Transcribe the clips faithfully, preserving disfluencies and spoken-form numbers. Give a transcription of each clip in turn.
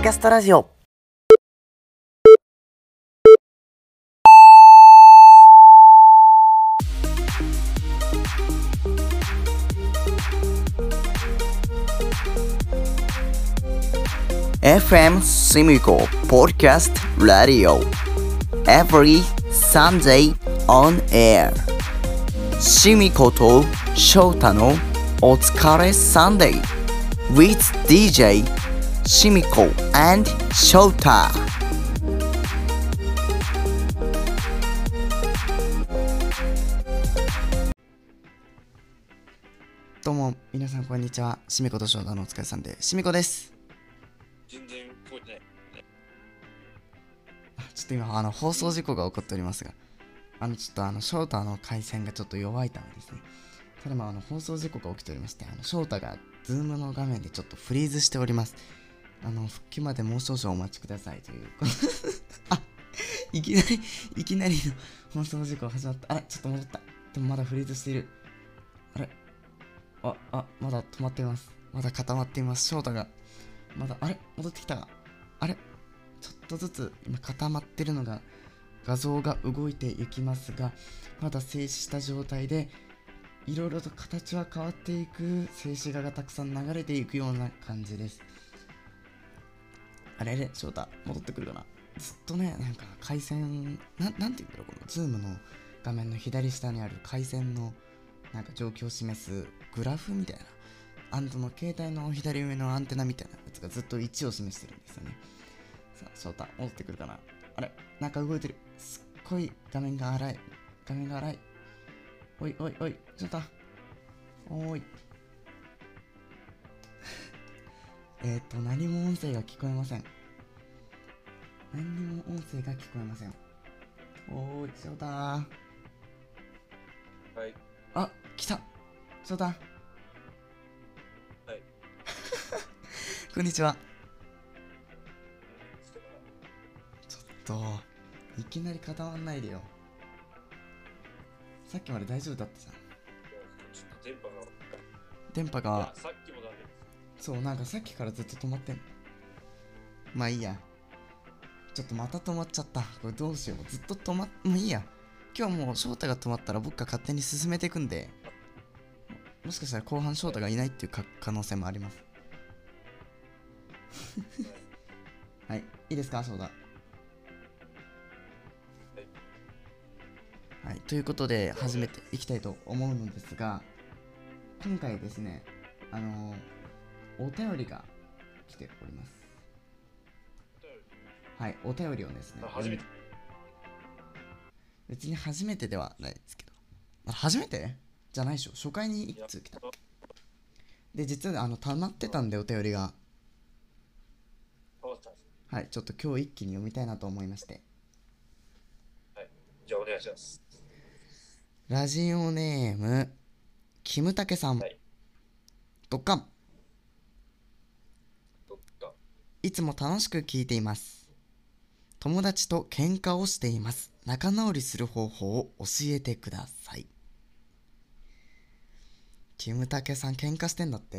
キャストラジオ。エフエム Simiko Podcast Radio Every Sunday on air シミコとショウタのお疲れ Sunday with ディージェー シミコ and ショウタ。どうも皆さんこんにちは。シミコとショウタのお疲れさんでシミコです。 全然聞こえてない。 ちょっと今あの放送事故が起こっておりますが、あのちょっとあのショウタの回線がちょっと弱いためですね。ただまああの放送事故が起きておりまして、あのショウタがズームの画面でちょっとフリーズしております。あの復帰までもう少々お待ちくださいというあ、いきなりいきなりの放送事故始まった。あれちょっと戻った。でもまだフリーズしている。あれああまだ止まっています。まだ固まっています。ショウタがまだあれ戻ってきた。あれちょっとずつ今固まってるのが画像が動いていきますが、まだ静止した状態でいろいろと形は変わっていく、静止画がたくさん流れていくような感じです。あれれ翔太戻ってくるかな。ずっとねなんか回線 な, なんていうんだろう、このズームの画面の左下にある回線のなんか状況を示すグラフみたいな、アンドの携帯の左上のアンテナみたいなやつがずっといちを示してるんですよね。さあ翔太戻ってくるかな。あれなんか動いてる。すっごい画面が荒い。画面が荒い。おいおいおい翔太おーいえっと何も音声が聞こえません。何にも音声が聞こえません。おーい翔太ー。 はい。 あ、来た翔太。はいこんにちは。ちょっといきなり固まんないでよ。さっきまで大丈夫だったじゃん。 ちょっと電波が。 電波が。 さっきもダメ。 そうなんかさっきからずっと止まってん。まあいいや。ちょっとまた止まっちゃった。これどうしよう。ずっと止まっもういいや。今日もう翔太が止まったら僕が勝手に進めていくんで、もしかしたら後半翔太がいないっていうか可能性もありますはい、いいですか翔太。はい、はい、ということで始めていきたいと思うのですが、今回ですねあのー、お便りが来ております。はい、お便りをですね、 初めて別に初めてではないですけど、あ初めてじゃないでしょ。初回にいくつ来たで、実はあの溜まってたんでお便りが、はい、ちょっと今日一気に読みたいなと思いまして。 はい、じゃあお願いします。 ラジオネームキムタケさん、はい、ドッカン。 ドッカン。 いつも楽しく聞いています。友達と喧嘩をしています。仲直りする方法を教えてください。キムタケさん喧嘩してんだって。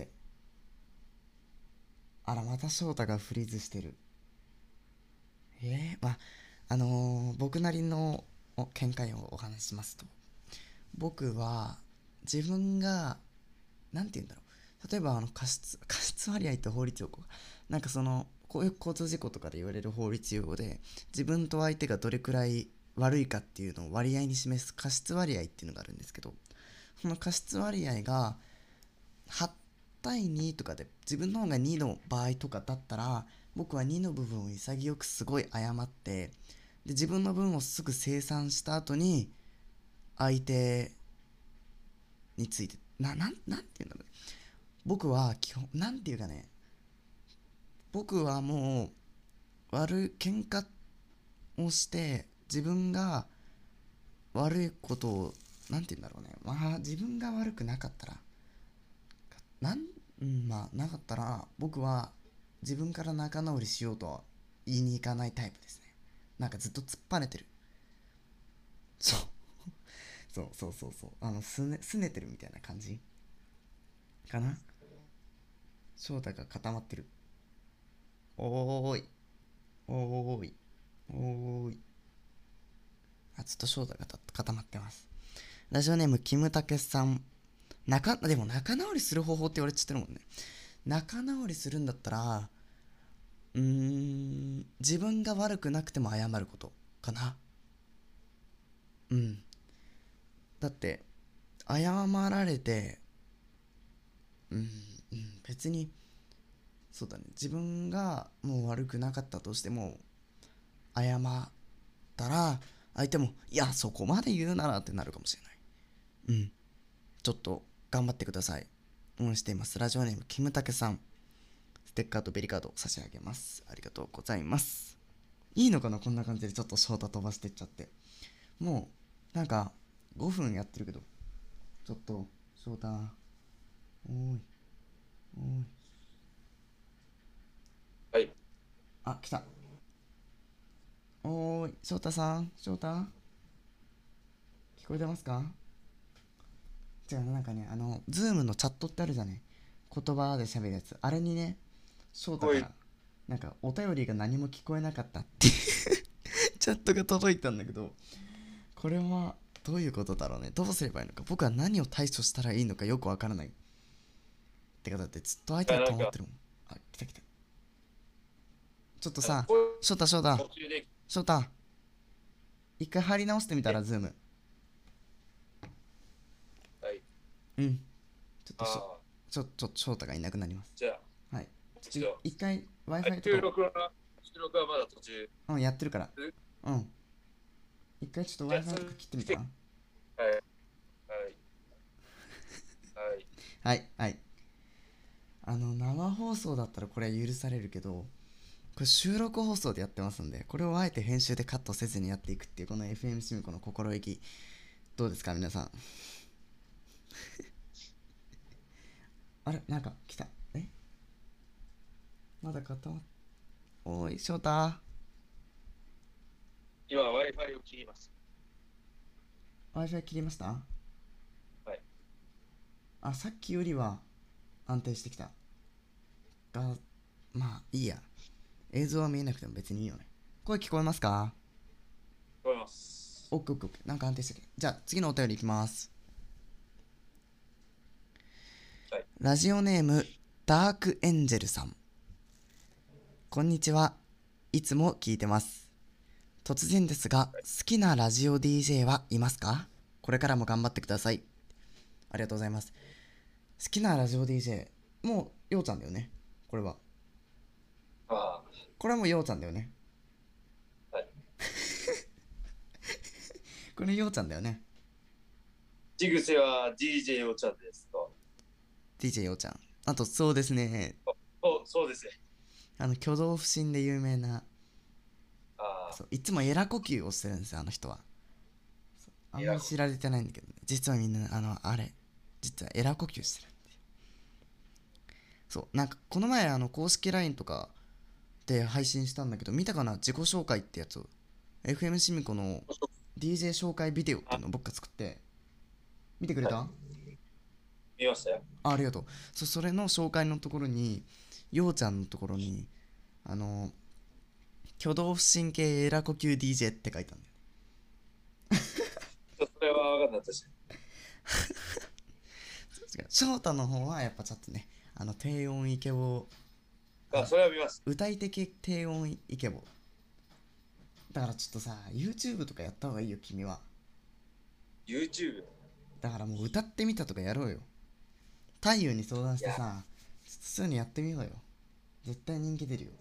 あらまた翔太がフリーズしてる。えー、まああのー、僕なりの見解をお話ししますと、僕は自分がなんて言うんだろう、例えばあの過失過失割合って法律用語がなんかそのこういう交通事故とかで言われる法律用語で、自分と相手がどれくらい悪いかっていうのを割合に示す過失割合っていうのがあるんですけど、その過失割合がはちたいにとかで自分の方がにの場合とかだったら、僕はにの部分を潔くすごい謝って、で自分の分をすぐ清算した後に相手についてな、なん、なんていうんだろうね。僕は基本なんていうかね、僕はもう悪い喧嘩をして自分が悪いことをなんていうんだろうね、まあ自分が悪くなかったらなん、うん、まあなかったら僕は自分から仲直りしようとは言いに行かないタイプですね。なんかずっと突っぱねてる。そうそうそうそうそうあのすね、すねてるみたいな感じかな。翔太が固まってる。 おーい。おーい。おーい。あ、ちょっと翔太がた固まってます。ラジオネーム、キムタケさん。仲、でも仲直りする方法って言われちゃってるもんね。仲直りするんだったら、うーん、自分が悪くなくても謝ることかな。うん。だって、謝られて、うん、うん、別に、そうだね。自分がもう悪くなかったとしても、謝ったら、相手も、いや、そこまで言うならってなるかもしれない。うん。ちょっと、頑張ってください。応援しています。ラジオネーム、キムタケさん。ステッカーとベリカード差し上げます。ありがとうございます。いいのかなこんな感じでちょっと翔太飛ばしてっちゃって。もう、なんか、ごふんやってるけど、ちょっと、翔太、おーい、おーい。 はい。 あ、来た。おーい、翔太さん、翔太聞こえてますか？違う、なんかね、あの、ズームのチャットってあるじゃね。言葉で喋るやつ。あれにね、翔太おい、 から、なんか、お便りが何も聞こえなかったっていうチャットが届いたんだけど、これは、どういうことだろうね。どうすればいいのか。僕は何を対処したらいいのかよくわからない。ってか、だってずっと相手があなんか、 止まってるもん。あ、来た来た。ちょっとあの、 さ、 こ翔太翔太、 途中で、 翔太、一回入り直してみたえ、 ら、ズーム。 はい。 うん。ちょっとしょ、 ああ、 ちょ、ちょ、翔太がいなくなります。 じゃあ、 はい。ちょっと一度。 一回はい Wi-Fi とか、 収録は、収録はまだ途中。 うん、やってるから。 うんうん。一回ちょっとじゃあ、 Wi-Fi とか続いて、 切ってみた。 はい、はい、はい。 はい、はい。あの、生放送だったらこれは許されるけど、これ収録放送でやってますんで、これをあえて編集でカットせずにやっていくっていうこの エフエム シミコの心意気、どうですか皆さん。あれなんか来た。えまだ固まっ、おーい、翔太。 今、Wi-Fi を切ります。 Wi-Fi 切りました？ はい。 あ、さっきよりは安定してきた。が、まあいいや。映像は見えなくても別にいいよね。声聞こえますか？ 聞こえます。 オッケーオッケーオッケー。なんか安定してきた。じゃあ次のお便りいきます。 はい。 ラジオネームダークエンジェルさん。こんにちは。いつも聞いてます。突然ですが、 はい。 好きなラジオ ディージェー はいますか？これからも頑張ってください。ありがとうございます。好きなラジオ ディージェー、もう、ようちゃんだよね。これは。 あこれはもうようちゃんだよね。 あ、はい。 これようちゃんだよね。 ジグセは ディージェー おちゃんですと。 ディージェー ようちゃん。あと、そうですね。 そう、そうですね。 あの、挙動不審で有名な、 ああ、 そう、いつもエラ呼吸をしてるんですよ、あの人は。あんまエラコ。 り知られてないんだけどね。実はみんな、あの、あれ、実はエラ呼吸してる。そう、なんか、この前、あの、公式 ライン とかで配信したんだけど、見たかな自己紹介ってやつを。エフエム シミコの ディージェー 紹介ビデオっていうのを僕が作って、見てくれはい。 た？ 見ましたよ。 あ、ありがとう。そ、それの紹介のところに、ようちゃんのところに、あの、挙動不審系エラ呼吸 ディージェー って書いたんだよ。 ちょっとそれは分かんなかったです。 違う。翔太の方はやっぱちょっとね、あの、低音イケボ、ああ、 の、 それは見ました。 歌い的低音イケボ。だからちょっとさ、YouTube とかやった方がいいよ、君は。 YouTube。 だからもう歌ってみたとかやろうよ。太陽に相談しいや、 てさ、ちょっとそういうのやってみようよ。絶対人気出るよ。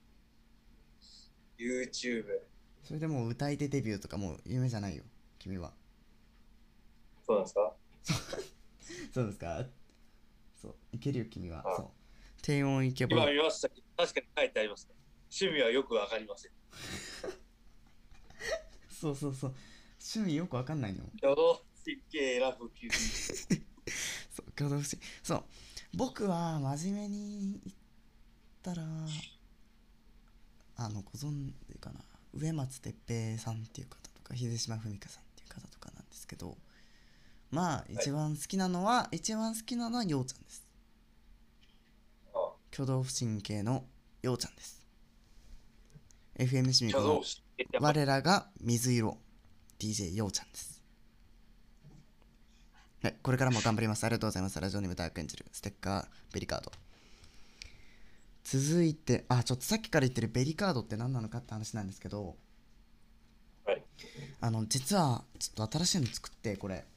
YouTube。 それでもう歌い手デビューとかもう夢じゃないよ、君は。 そうなんですか？ そうですか？そう、いけるよ、君は。そう。 あ、 低音イケボ。 今見ましたけど、確かに書いてありますね。趣味はよくわかりません。 そうそうそう。趣味よくわかんないの。 挙動神経ラフ級。 そう、挙動不審。そう。僕は真面目に言ったら、あの、ご存知かな。植松哲平さんっていう方とか、秀島文香さんっていう方とかなんですけど、まあ、 はい。 一番好きなのは、一番好きなのはようちゃんです。 あ、 挙動不審系のようちゃんです。 エフエム シミコの我我らが水色 ディージェー ようちゃんです。はい、これからも頑張ります。ありがとうございます。ラジオネームダークエンジェルステッカーベリカード。続いて、あ、ちょっとさっきから言ってるベリカードって何なのかって話なんですけど、 はい。 あの実はちょっと新しいの作って、これ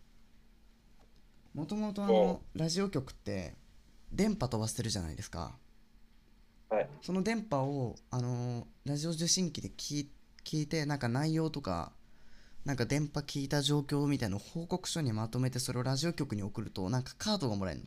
もともとあおのラジオ局って電波飛ばしてるじゃないですか。 はい。 その電波をあのラジオ受信機で聞い聞いて、なんか内容とかなんか電波聞いた状況みたいなのを報告書にまとめて、それをラジオ局に送るとなんかカードがもらえるの。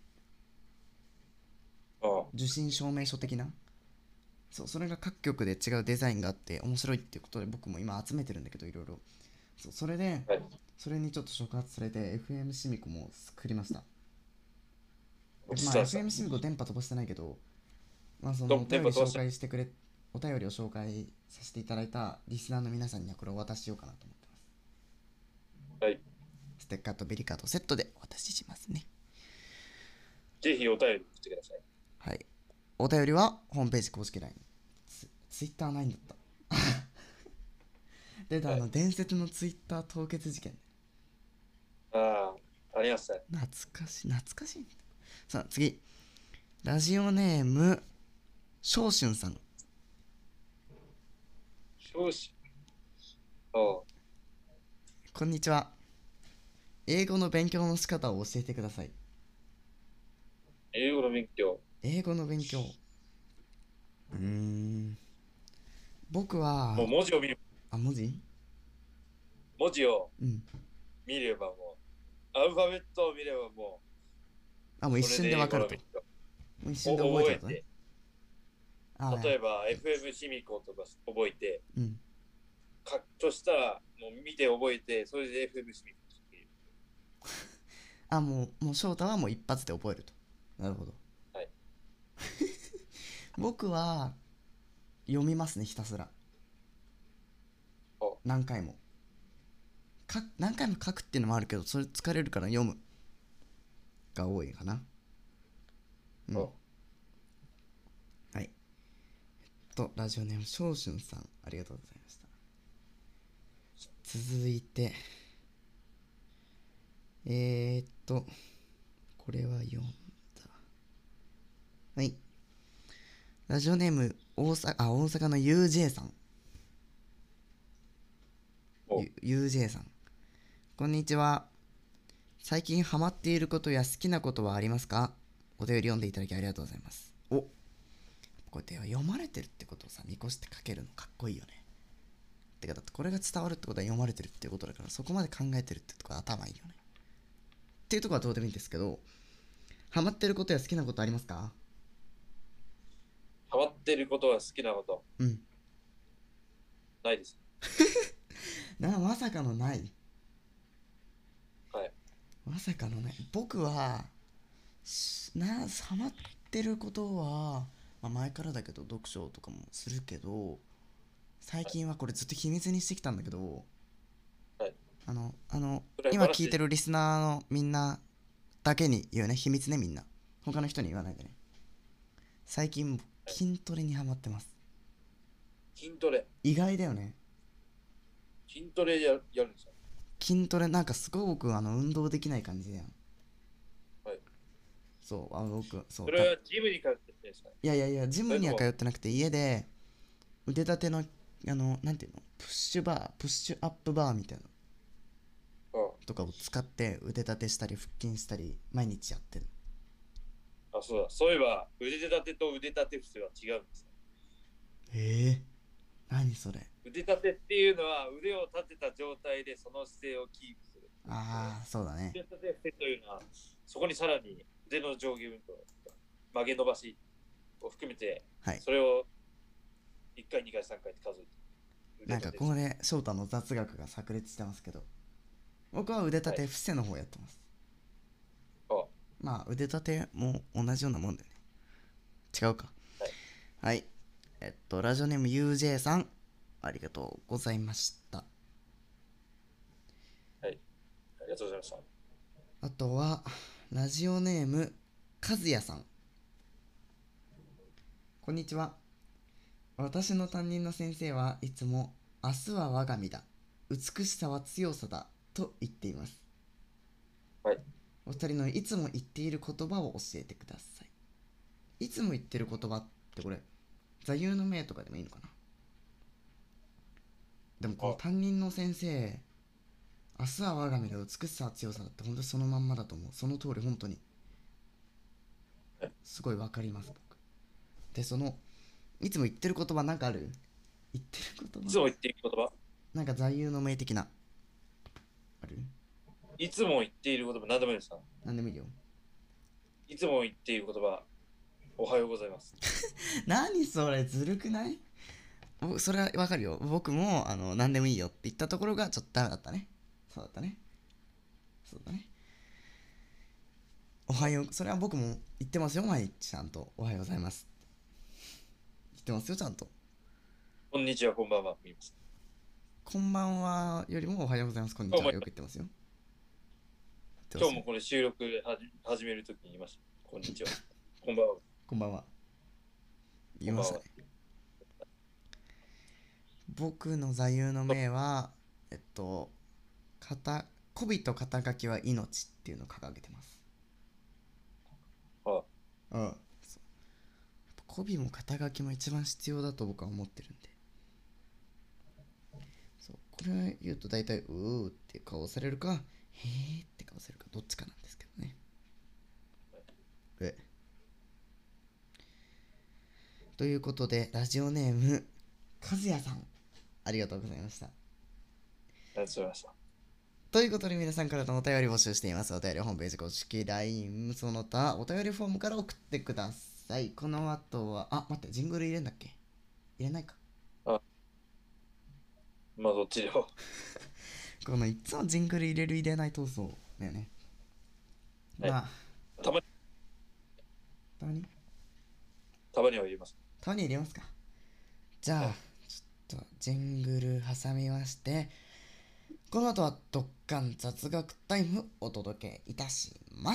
あ受信証明書的な。そう、それが各局で違うデザインがあって面白いっていうことで、僕も今集めてるんだけど、いろいろ。そう、それではい。 それにちょっと触発されて エフエム シミコも作りました。 おでまあ伝えした。 エフエム シミコ電波飛ばしてないけど、まあそどのお便り紹電波飛ばした。 介してくれお便りを紹介させていただいたリスナーの皆さんにはこれをお渡ししようかなと思ってます。 はい。 ステッカーとベリカードセットでお渡ししますね。 ぜひお便り送ってください。 はい。お便りはホームページ公式 ライン。ツツイッターないんだった。で、あはい。 の伝説のツイッター凍結事件。 ああ、ありましたね。 懐かしい、懐かしい。さあ次、ラジオネーム翔春さん。 少子。ああ、 こんにちは。英語の勉強の仕方を教えてください。 英語の勉強。 英語の勉強、うーん僕はもう文字を見る。 あ文字文字をうん見ればもう、アルファベットを見ればもう、 あもう一瞬それで英でわかると。 語の勉強。 もう一瞬でお覚えちゃうとね。 覚えて、 ああ、 例えば エフエム シミコとか覚えて、 うんかとしたら、もう見て覚えて、それで エフエム シミコっていう。 あもうもう翔太はもう一発で覚えると。なるほど。 はい。 僕は読みますね、ひたすら。 お何回もか何回も書くっていうのもあるけど、それ疲れるから読むが多いかな。うん。 おはいと、ラジオネーム翔春さん、ありがとうございました。続いてえー、っとこれは読んだ。はい、ラジオネーム大阪あ大阪の ユージェー さん。 おユージェー さん、こんにちは。最近ハマっていることや好きなことはありますか？お便り読んでいただきありがとうございます。お、これで読まれてるってことをさ見越して書けるのかっこいいよね。てかだってこれが伝わるってことは読まれてるっていうことだから、そこまで考えてるってとこ頭いいよね。っていうとこはどうでもいいんですけど、ハマってることや好きなことありますか？ ハマってることは好きなこと、 うん。 ないです。 なまさかのない。 はい。 まさかのない。僕はなハマってることは、まあ、前からだけど読書とかもするけど、最近はこれずっと秘密にしてきたんだけど、 はい。 あのあのそれは今聞いて話で、 るリスナーのみんなだけに言うね、秘密ね。みんな他の人に言わないでね。最近筋トレにハマってます。 筋トレ。 意外だよね。 筋トレややるんですよ。 筋トレなんかすごくあの運動できない感じだよ。 はい。 そうあの僕そうたいそれはジムに通ってるんですかね。 やいやいや、ジムにはそれとも、 通ってなくて、家で腕立てのあのなんていうの、プッシュバープッシュアップバーみたいなのあとかを使って腕立てしたり腹筋したり毎日やってる。 あ、そうだ。そういえば、腕立てと腕立て伏せは違うんですね。 ええー、何それ。 腕立てっていうのは腕を立てた状態でその姿勢をキープするって言って、 ああそうだね。 腕立て伏せというのはそこにさらに腕の上下運動、曲げ伸ばしを含めて、 はい。 それをいっかい、にかい、さんかいって数えて腕なんか立て伏せ。 ここで翔太の雑学が炸裂してますけど、僕は腕立はい。 て伏せの方やってます。 あ、はまあ腕立ても同じようなもんだよね。違うか。 い。 はい。えっとラジオネーム ユージェー さん、ありがとうございました。 はい。ありがとうございました。 あとはラジオネーム和也さん、こんにちは。 私の担任の先生はいつも明日は我が身だ、美しさは強さだと言っています。 はい。 お二人のいつも言っている言葉を教えてください。いつも言ってる言葉ってこれ座右の銘とかでもいいのかな。でもこの担任の先生、明日は我が身だ、美しさは強さだって本当にそのまんまだと思う。その通り、本当にすごいわかります僕。で、そのいつも言ってる言葉なんかある？言ってる言葉いつも言っている言葉なんか座右の銘的なある？ いつも言っている言葉、何でもいいですか？ なんでもいいよ。 いつも言っている言葉、おはようございます。 何それ、ずるくない？僕それはわかるよ。僕もあの何でもいいよって言ったところがちょっとダメだったね。そうだったね。そうだね。おはよう、それは僕も言ってますよ。毎日ちゃんとおはようございます言ってますよ、ちゃんと。 こんにちは、こんばんは。言います。 こんばんはよりもおはようございます、こんにちはよく言ってますよ。 今日もこれ収録はじ始めるときに言いました。こんにちは。こんばんは。 こんばんは言いましたね。僕の座右の銘はえっと肩媚びと肩書きは命っていうのを掲げてます。 あああ、そう、媚びも肩書きも一番必要だと僕は思ってるんで。そう、これ言うと大体うーっていう顔をされるか、へーって顔されるか、どっちかなんですけどね。えということで、ラジオネーム和也さん、ありがとうございました。 ありがとうございました。 ということで、皆さんからのお便り募集しています。お便りホームページ公式 ライン、その他お便りフォームから送ってください。この後は、あ、待って、ジングル入れんだっけ？入れないか。 あまあ、どっちでも。 このいつもジングル入れる入れない闘争だよね。 はい、 まあ、 たまに、 たまにたまには入れます。 たまに入れますか。じゃあ、 はい、 ちょっとジングル挟みまして、この後はドッカン雑学タイムお届けいたします。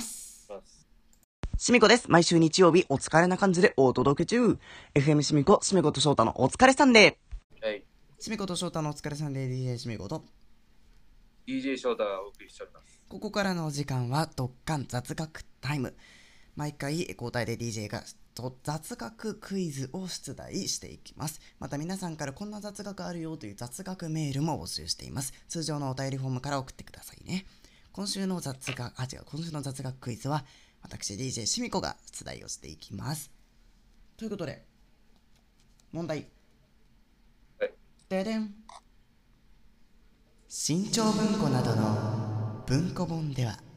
しみこです。毎週日曜日お疲れな感じでお届け中。エフエム しみこ、しみこと翔太のお疲れサンデー。はい。 しみこと翔太のお疲れサンデー ディージェー しみことディージェー 翔太がお送りしております。 ここからのお時間はドッカン雑学タイム。毎回交代で ディージェー が雑学クイズを出題していきます。また皆さんからこんな雑学あるよという雑学メールも募集しています。通常のお便りフォームから送ってくださいね。今週の雑学、あ、違う、今週の雑学クイズは私 ディージェー しみこが出題をしていきます。ということで、問題。 はい。 ででん。新潮文庫などの文庫本では、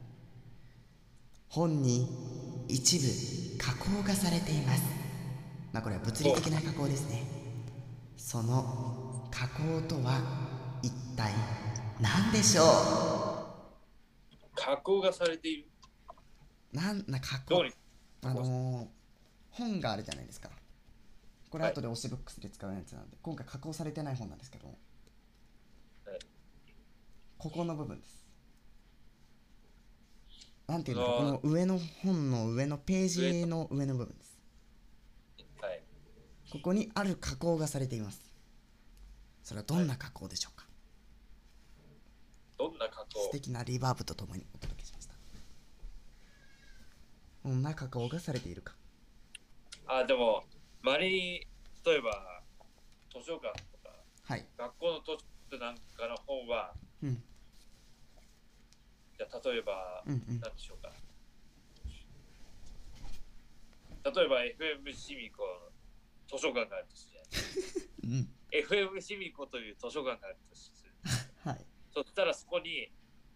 本に一部加工がされています。まあこれは物理的な加工ですね。その加工とは一体何でしょう？ 加工がされている。 なんな加工どうにあのー、本があるじゃないですか。これ後で推しブックスで使うやつなんで、今回加工されてない本なんですけど、 はい、 ここの部分です。なんていうのか、この上の本の上のページの上の部分です。 はい。 ここにある加工がされています。それはどんな加工でしょうか？ どんな加工？ 素敵なリバーブとともにお届けしました。どんな加工がされているか。 あ、でも、まれに、例えば、図書館とか、 はい、 学校の図書館なんかの本は、 うん、 じゃあ例えば、 うんうん、 何でしょうか。例えば エフエム シミコの図書館があるとするじゃないですか。うん、エフエム シミコという図書館があるとする。 はい。 そしたらそこに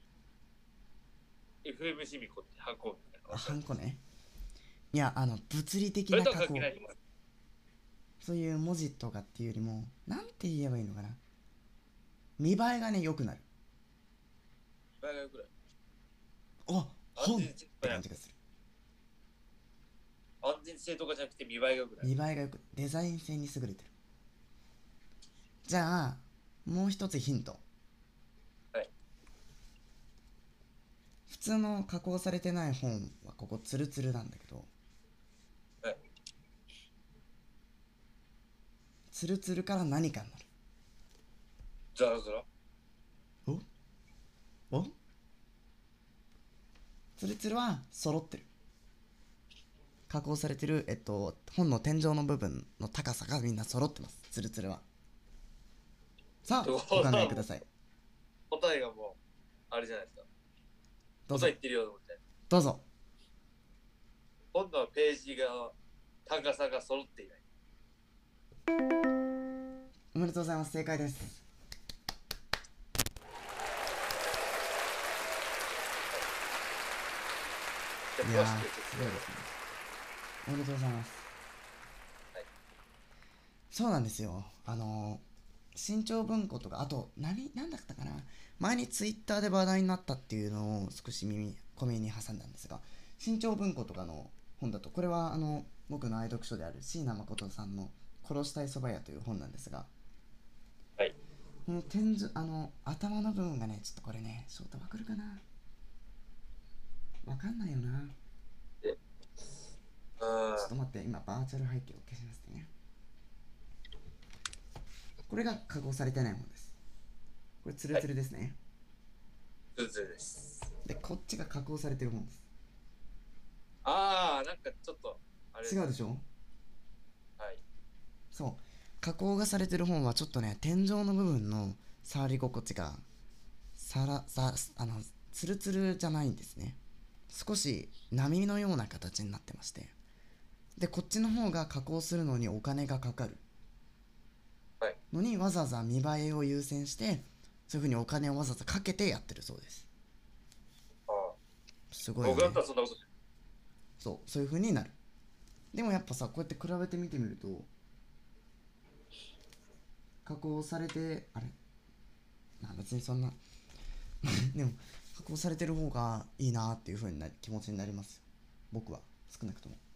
エフエム シミコって箱みたいなのあ、 がハンコね。いや、あの物理的それな加工とは関係ない。 そういう文字とかっていうよりも、なんて言えばいいのかな、見栄えがね良くなる。 見栄えが良くない。 あ、本って感じがする。 安全性とかじゃなくて見栄えが良くない。 見栄えが良く、デザイン性に優れてる。じゃあもう一つヒント。 はい。 普通の加工されてない本はここツルツルなんだけど、 はい。 ツルツルから何かになる。 ザラザラ。 おおツルツルは揃ってる。加工されてる、えっと、本の天井の部分の高さがみんな揃ってます。ツルツルは。さあ、お考えください。 答えがもう、あれじゃないですか。 どうぞ。 答え言ってるようなもんじゃない。 どうぞ。 本のページが、高さが揃っていない。 おめでとうございます。正解です。いやー、すごいですね。おめでとうございます。 はい、 そうなんですよ。あのー、新潮文庫とか、あと、何、何だったかな。前にツイッターで話題になったっていうのを少し耳、小耳に挟んだんですが、新潮文庫とかの本だと、これはあの、僕の愛読書である椎名誠さんの殺したいそば屋という本なんですが、 はい。 この天井、あの、頭の部分がね、ちょっとこれね、翔太わかるかな。わかんないよな。 で、 ちょっと待って、今バーチャル背景を消しますね。これが加工されてないものです。これツルツルですね。 ツルツルです。 で、こっちが加工されてるものです。 あー、なんかちょっと、あれ。 違うでしょ。 はい。 そう。加工がされてる本はちょっとね、天井の部分の触り心地が、さら、さ、あの、ツルツルじゃないんですね。少し波のような形になってまして。で、こっちの方が加工するのにお金がかかる。 はい。 のにわざわざ見栄えを優先して、そういう風にお金をわざわざかけてやってるそうです。 あすごいよね。 僕だったらそんなことそう、そういう風になる。でもやっぱさ、こうやって比べてみてみると、加工されて、あれまあ別にそんなでも加工されてる方がいいなっていう風な気持ちになりますよ。僕は少なくとも。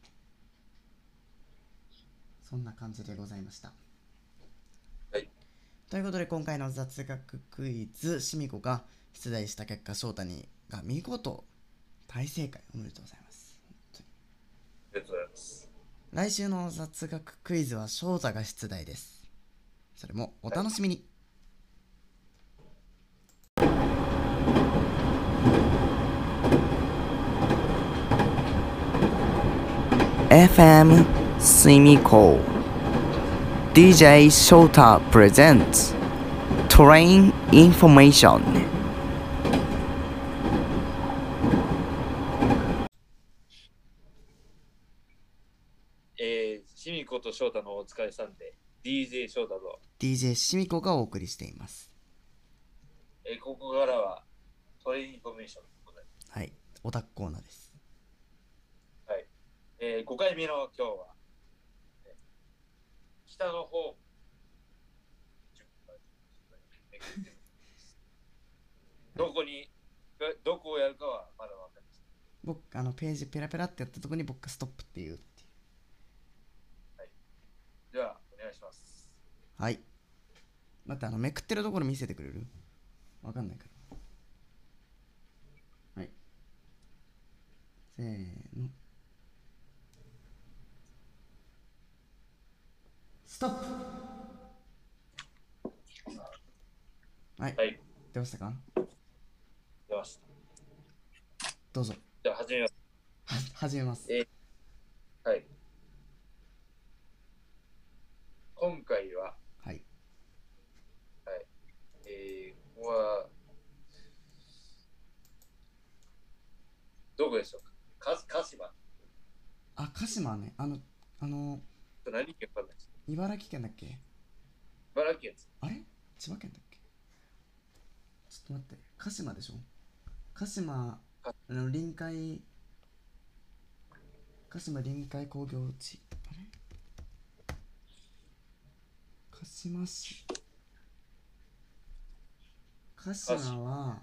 そんな感じでございました。 はい。 ということで今回の雑学クイズ、しみこが出題した結果、翔太にが見事大正解。おめでとうございます。本当にありがとうございます。 来週の雑学クイズは翔太が出題です。それもお楽しみに。エフエム SimikoディージェーShota presents Train Information。 えー、シミコと翔太のお疲れさんで、ディージェー 翔太と、 ディージェー シミコがお送りしています。 えー、ここからはトレインインフォメーションでございます。 はい、オタクコーナーです。 はい。えー、ごかいめの今日は、えー、北の方、どこに、どこをやるかはまだ分かりません。 僕、あのページペラペラってやったところに僕がストップっていうっていう。 はい。では、お願いします。 はい。待って、あのめくってるところ見せてくれる？わかんないから。はい。せーの。ストップ。はい。 はい。 出ましたか？ 出ました。 どうぞ。 じゃあ、始めます。 は、始めます。 えー、はい。今回は、 はい。 はい。えー、ここは、どこでしょうか？か鹿島。 あ、鹿島ね。あの、あの、 何県かんないです。 茨城県だっけ？ 茨城県です。 あれ千葉県だっけ？ちょっと待って。鹿島でしょ？鹿島、あの、臨海、鹿島臨海工業地。あれ鹿島市。鹿島は、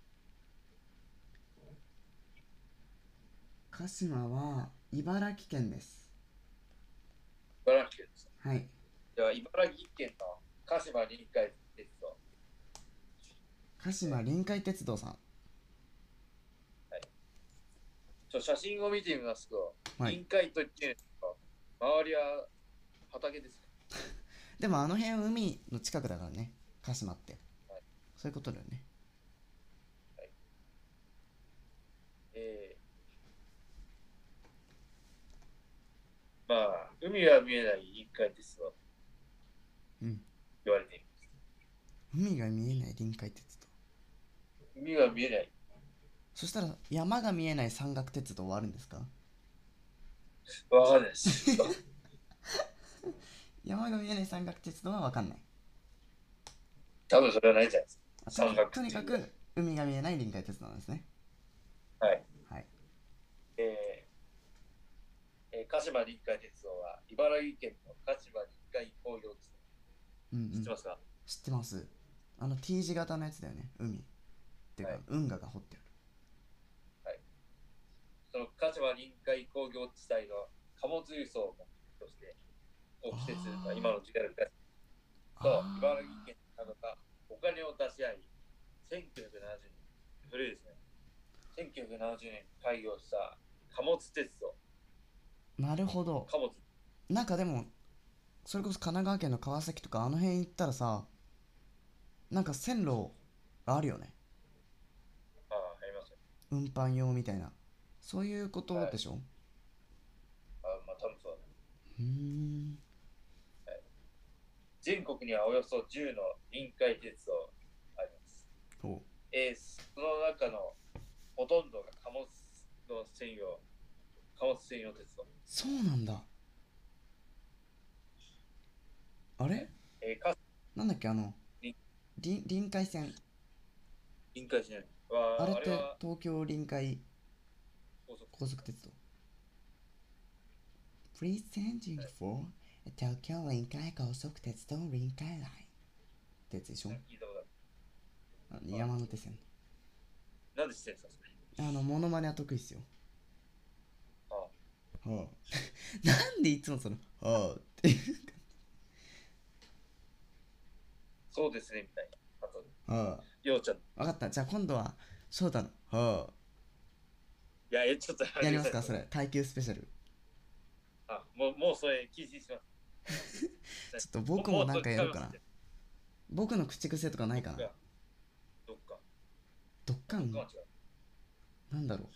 鹿島は茨城県です。 茨城県です。 はい。 では、茨城県の鹿島臨海鉄道。 鹿島臨海鉄道さん。 はい。ちょ写真を見てみますと、 はい、 臨海と言ってるんですが、周りは畑ですね。 でもあの辺は海の近くだからね、鹿島って。 はい、 そういうことだよね。 はい、えー、まあ、海は見えない臨海鉄道うん。 言われています。 海が見えない臨海鉄道。 海が見えない。 そしたら山が見えない山岳鉄道はあるんですか？ わかんないです。 山が見えない山岳鉄道は分かんない。 多分それはないじゃないですか。 あと山岳とにかく海が見えない臨海鉄道なんですね。 はい。 はい。 えーえー鹿島臨海鉄道は茨城県の鹿島臨海工業地うんうん。 帯。知ってますか？ 知ってます。あの T 字型のやつだよね、海っていうかはい。 運河が掘ってある。 はい。その鹿島臨海工業地帯の貨物輸送を目的として、国鉄、まあ、今の ジェイアール とあ茨城県などがお金を出し合い、せんきゅうひゃくななじゅうねん、古いですね。せんきゅうひゃくななじゅうねんに開業した貨物鉄道。 あ、なるほど。 貨物。 なんかでもそれこそ神奈川県の川崎とかあの辺行ったらさ、なんか線路があるよね。 ああ、ありますよ。 運搬用みたいな。そういうことはい。 でしょ？ あまあ、多分そうだね。 うーん。 はい。全国にはおよそじゅうの臨海鉄道あります。 ほえーその中のほとんどが貨物の専用、貨物専用鉄道。 そうなんだ。あれ、 はい。えー、かなんだっけ、あの臨臨臨海線。 臨海しないは、 あれってあれは東京臨海高速鉄道。 高速鉄道。 Presenting はい。 for 東京臨海高速鉄道臨海ラインってやつでしょ？ 聞いたことある。 あのまあ、 山手線。 なんで知ってるんですか、それ。 あのモノマネは得意っすよ。 ああ、 はあなんでいつもそのはあっていう。 そうですね、みたいな。あと、 はようちゃん。いあ、分かった。じゃあ今度は翔太のはあや、え、ちょっとやめやりてください、それ。 ますか、それ耐久スペシャル。 あ、もう、もうそれ、禁止します。 ちょっともう、もう、 僕もなんそれかやろうかな。 使いますって。 僕の口癖とかないかな。 どっか、どっか、 ドッカン。 どっかは違う。 なんだろ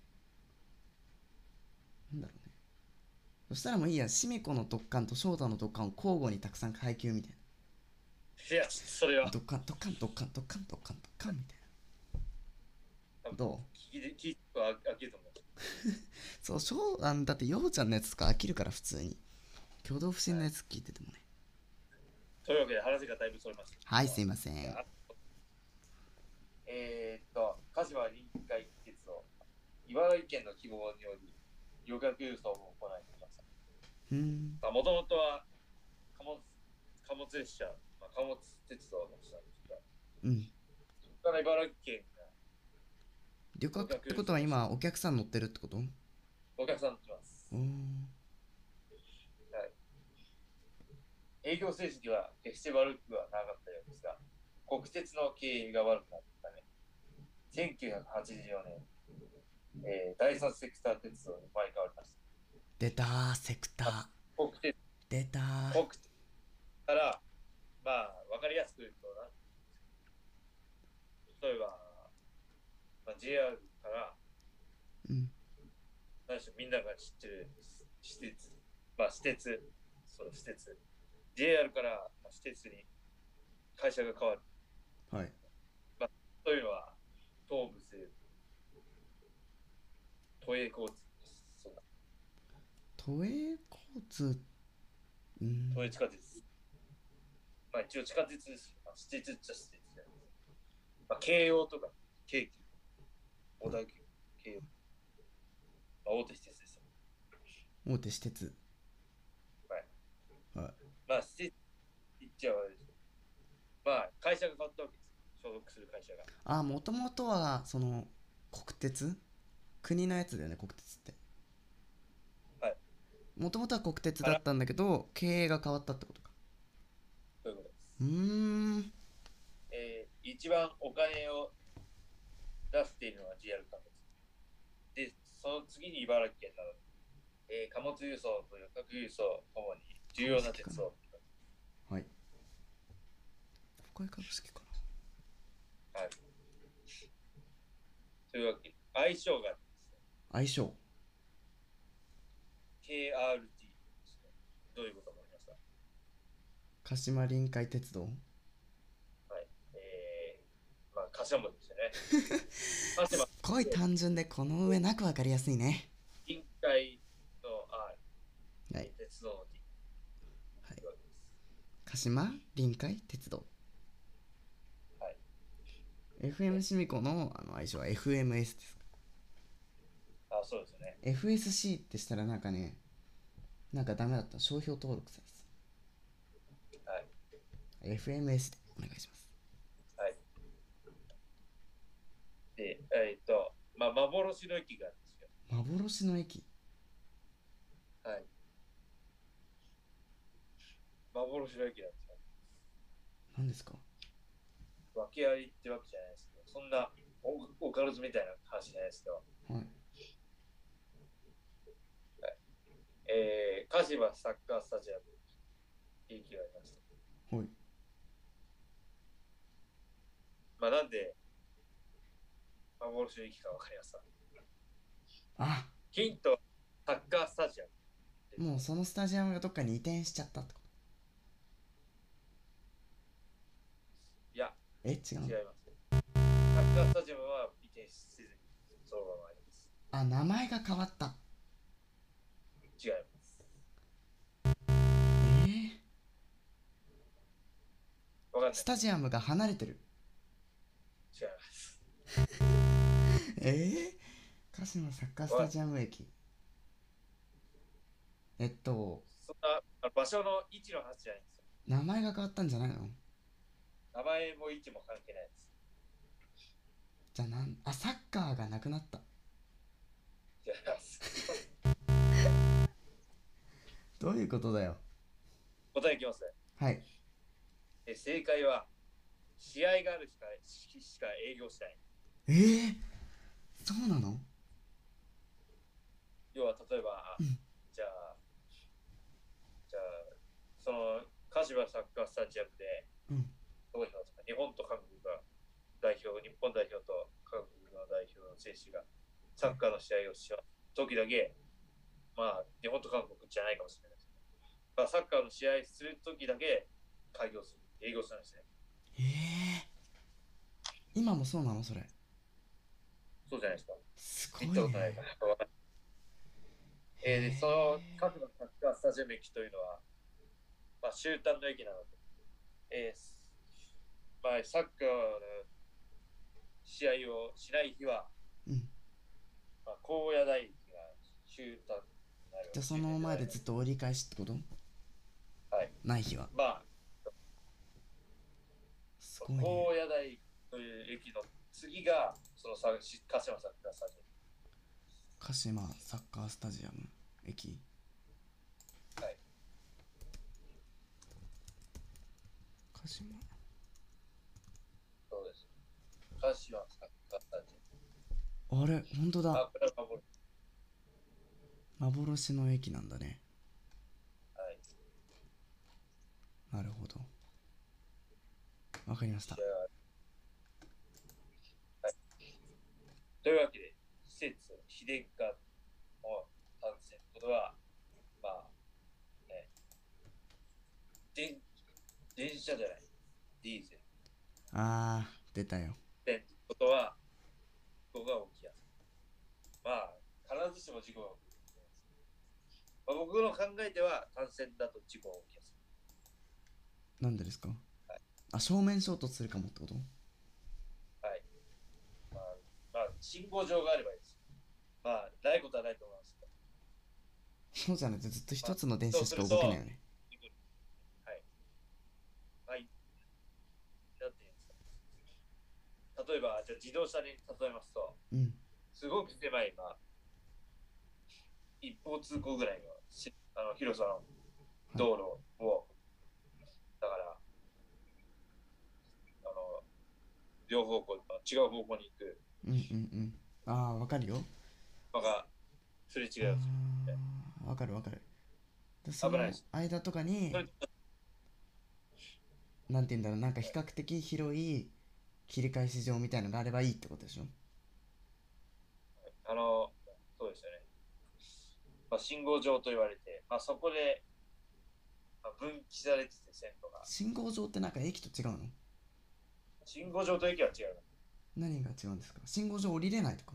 う。なんだろうね。そしたらもういいや、シミコのドッカンと翔太のドッカンを交互にたくさん配給みたいいや、それな。 は、 ドッカンドッカンドッカンドッカンドッカンドッカンみたい多分な。どう？ 聞きで、聞いて、あ、飽きると思う。 そう、翔あんだってようちゃんのやつとか飽きるから普通に。挙動不審はい。 なやつ聞いててもね。 というわけで、話がだいぶそれました。 はい、すいません。 あえーっと、鹿島臨海鉄道、茨城県の希望により、旅客輸送を行いました。 うーん。 もともとは貨物貨物列車、まあ、貨物鉄道の下ですが、 うん。 そこから茨城県が旅旅客ってことは客輸送今お客さん乗ってるってこと？うお客さん乗ってます。 ーん。 はい。営業成績は決して悪くはなかったようですが、国鉄の経営が悪くなったため、せんきゅうひゃくはちじゅうよねん、えー、第三セクター鉄道に生まれ変わりまし出たー、セクタた。 ー。 国鉄、 出たー。 国鉄から、まあ、わかりやすく言うとな、例えば、まあ、ジェイアール から、 うん。 何でしょう、みんなが知ってる私鉄、まあ、私鉄、そう、私鉄、ジェイアール から私鉄に会社が変わる。 はい。 まあ、そういうのは、東武西武、都営交通です。そうだ、 都営交通。うーん。 都営地下鉄。まあ、一応地下鉄です。まあ、私鉄っちゃ私鉄じゃないです。まあ、京葉とか、京急、小田急、京葉、まあ、大手私鉄ですよ。 大手私鉄。 はい。 はい。 まあ、私鉄言っちゃ悪いです。まあ、会社が変わったわけです。所属する会社が。 あ、もともとはその国鉄、国のやつだよね、国鉄って。 はい。 もともとは国鉄から、 だったんだけど経営が変わったってことか。 そういうことです。 うーん。 えー、一番お金を出しているのは ジェイアール 貨物。で、その次に茨城県など、えー、貨物輸送と旅客輸送ともに重要な鉄道。 はい。 高い株式かはい。というわけで、相性があるんですね。 な。相性。 ケーアールティー ですね。どういうこと思いますか？ 鹿島臨海鉄道。 はい。えー、まあ、頭文字ですよね。鹿島すっごい単純でこの上なく分かりやすいね。 臨海の R、 はい。 鉄道の T はい。 というわけです。 鹿島臨海鉄道。 はい。 エフエム シミコのあの相性は エフエムエス ですか。 あ、そうですよね。 エフエスシー ってしたらなんかね、なんかダメだった。商標登録されてはい。 た。エフエムエス でお願いします。 はい。で、えーっと、まあ、幻の駅があるんですよ。 幻の駅。 はい。幻の駅なんですよ。 何ですか？ 訳ありってわけじゃないですけど、そんなオカルトみたいな話じゃないですけど、 はい。 えー、鹿島サッカースタジアムに駅がありました。 はい。 まあ、なんで幻の駅かわかりますか？ あ、 ヒント、サッカースタジアムです。 もうそのスタジアムがどっかに移転しちゃったってこいや、 と？え、違うの？ 違います。サッカースタジアムは移転せずにそのままあります。 あ、名前が変わった。 違います。 えー、 わかんない。 スタジアムが離れてる。 違います。 えー、鹿島サッカースタジアム駅。えっと、 そんな場所の位置の話じゃないんですよ。 名前が変わったんじゃないの？ 名前も位置も関係ないです。 じゃあなん、あ、サッカーがなくなった。 違います。 どういうことだよ。 答えいきますね。 はい。 え正解は、試合があるしかしか営業しない。 えー、そうなの？ 要は、例えば、 うん。 じゃあ、じゃあ、その、鹿島サッカースタジアムで、 うん。 どうしますか？日本と韓国が代表、日本代表と韓国の代表の選手がサッカーの試合をしよう時だけ、まあ、日本と韓国じゃないかもしれないですけど、まあ、サッカーの試合する時だけ開業する、営業するんですね。 えー、今もそうなのそれ？ そうじゃないですか。 すごい行ったことないね。 から。えー、で、その各のサッカースタジアム駅というのは、まあ、終端の駅なので、えー、まあ、サッカーの試合をしない日は、 うん。 まあ、高野台駅が終端になる。 じゃあその前でずっと折り返しってこと？ はい。 ない日は。 まあ、 すごいね。 高野台という駅の次が、そのさ鹿島サッカースタジ鹿島サッカースタジアム駅。 アム。はい。 鹿島。 そうです。鹿島サッカースタジあれ、本当アム。あ、 だ。 これは守る。 幻の駅なんだね。 はい。 なるほど。わかりました。 じゃあ、はい。というわけで、施設、非電化の単線ということは、まあ、ね、電、電車じゃない、ディーゼル。 あー、出たよ。 電ということは、事故が起きやすい。まあ、必ずしも事故が起きやすい。まあ、僕の考えでは、単線だと事故が起きやすい。 なんでですか？ はい。 あ、正面衝突するかもってこと？ はい。まあ、まあ、信号場があればいいです。まあ、ないことはないと思いますけど。 そうじゃないとずっとまあ、 一つの電車しかそうすると、 動けないよね。 はい。はい。なんていうんですか。例えば、じゃあ自動車に例えますと、 うん。 すごく狭い、まあ、一方通行ぐらいのしあの広さの道路を、だから、あの、両方向、違う方向に行くうんうんうん。あー、わかるよ。 のが、すれ違いをする。 あー、わかるわかる。でその危ないです。 間とかにそれなんて言うんだろう、なんか比較的広い切り返し場みたいのがあればいいってことでしょ。 あの、そうですよね。まあ、信号場と言われて、まあ、そこで、まあ、分岐されてて、線路が。 信号場ってなんか駅と違うの？ 信号場と駅は違う。 何が違うんですか？信号場降りれないとか？